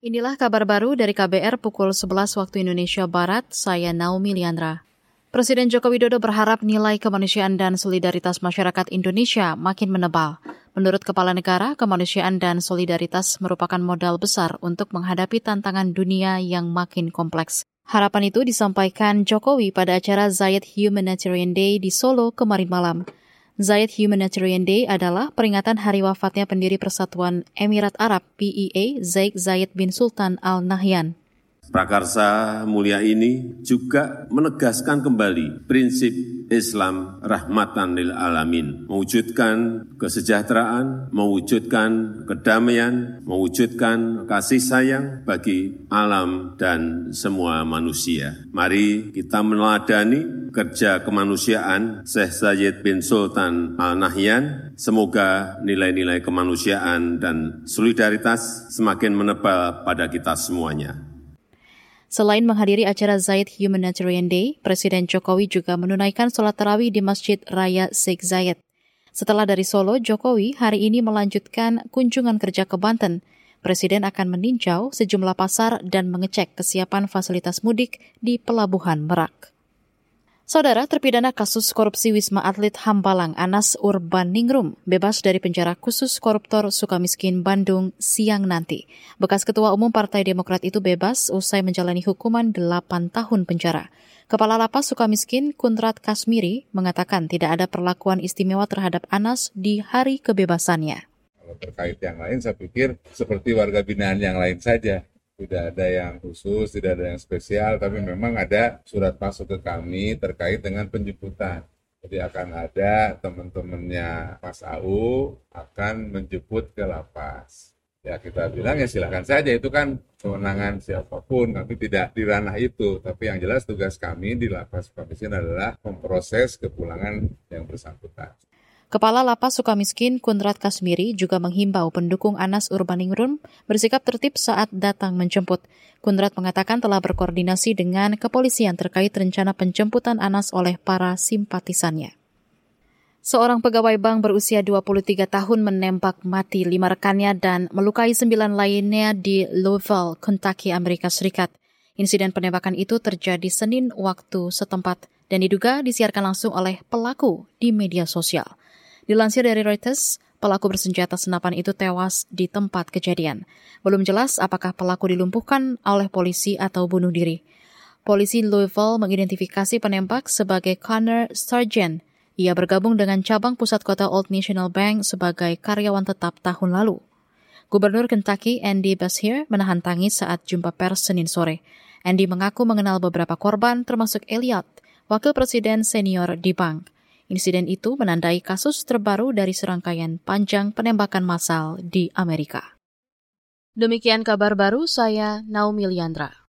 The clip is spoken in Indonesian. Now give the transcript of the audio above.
Inilah kabar baru dari KBR pukul 11 waktu Indonesia Barat, saya Naomi Liandra. Presiden Joko Widodo berharap nilai kemanusiaan dan solidaritas masyarakat Indonesia makin menebal. Menurut Kepala Negara, kemanusiaan dan solidaritas merupakan modal besar untuk menghadapi tantangan dunia yang makin kompleks. Harapan itu disampaikan Jokowi pada acara Zayed Humanitarian Day di Solo kemarin malam. Zayed Humanitarian Day adalah peringatan hari wafatnya pendiri Persatuan Emirat Arab PEA Sheikh Zayed bin Sultan Al Nahyan. Prakarsa mulia ini juga menegaskan kembali prinsip Islam rahmatan lil alamin, mewujudkan kesejahteraan, mewujudkan kedamaian, mewujudkan kasih sayang bagi alam dan semua manusia. Mari kita meneladani kerja kemanusiaan Sheikh Zayed bin Sultan Al Nahyan. Semoga nilai-nilai kemanusiaan dan solidaritas semakin menebal pada kita semuanya. Selain menghadiri acara Zayed Humanitarian Day, Presiden Jokowi juga menunaikan sholat tarawih di Masjid Raya Sheikh Zayed. Setelah dari Solo, Jokowi hari ini melanjutkan kunjungan kerja ke Banten. Presiden akan meninjau sejumlah pasar dan mengecek kesiapan fasilitas mudik di Pelabuhan Merak. Saudara, terpidana kasus korupsi Wisma Atlet Hambalang Anas Urbaningrum bebas dari penjara khusus koruptor Sukamiskin Bandung siang nanti. Bekas Ketua Umum Partai Demokrat itu bebas usai menjalani hukuman 8 tahun penjara. Kepala Lapas Sukamiskin Kuntrat Kasmiri mengatakan tidak ada perlakuan istimewa terhadap Anas di hari kebebasannya. Kalau terkait yang lain saya pikir seperti warga binaan yang lain saja. Tidak ada yang khusus, tidak ada yang spesial, tapi memang ada surat masuk ke kami terkait dengan penjemputan. Jadi akan ada teman-temannya Mas AU akan menjemput ke lapas. Ya kita bilang ya silakan saja, itu kan kewenangan siapapun, kami tidak di ranah itu. Tapi yang jelas tugas kami di Lapas Sukamiskin adalah memproses kepulangan yang bersangkutan. Kepala Lapas Sukamiskin Kuntrat Kasmiri juga menghimbau pendukung Anas Urbaningrum bersikap tertib saat datang menjemput. Kuntrat mengatakan telah berkoordinasi dengan kepolisian terkait rencana penjemputan Anas oleh para simpatisannya. Seorang pegawai bank berusia 23 tahun menembak mati 5 rekannya dan melukai 9 lainnya di Louisville, Kentucky, Amerika Serikat. Insiden penembakan itu terjadi Senin waktu setempat dan diduga disiarkan langsung oleh pelaku di media sosial. Dilansir dari Reuters, pelaku bersenjata senapan itu tewas di tempat kejadian. Belum jelas apakah pelaku dilumpuhkan oleh polisi atau bunuh diri. Polisi Louisville mengidentifikasi penembak sebagai Connor Sargent. Ia bergabung dengan cabang pusat kota Old National Bank sebagai karyawan tetap tahun lalu. Gubernur Kentucky Andy Beshear menahan tangis saat jumpa pers Senin sore. Andy mengaku mengenal beberapa korban termasuk Elliot, wakil presiden senior di bank. Insiden itu menandai kasus terbaru dari serangkaian panjang penembakan massal di Amerika. Demikian kabar baru, saya Naomi Liandra.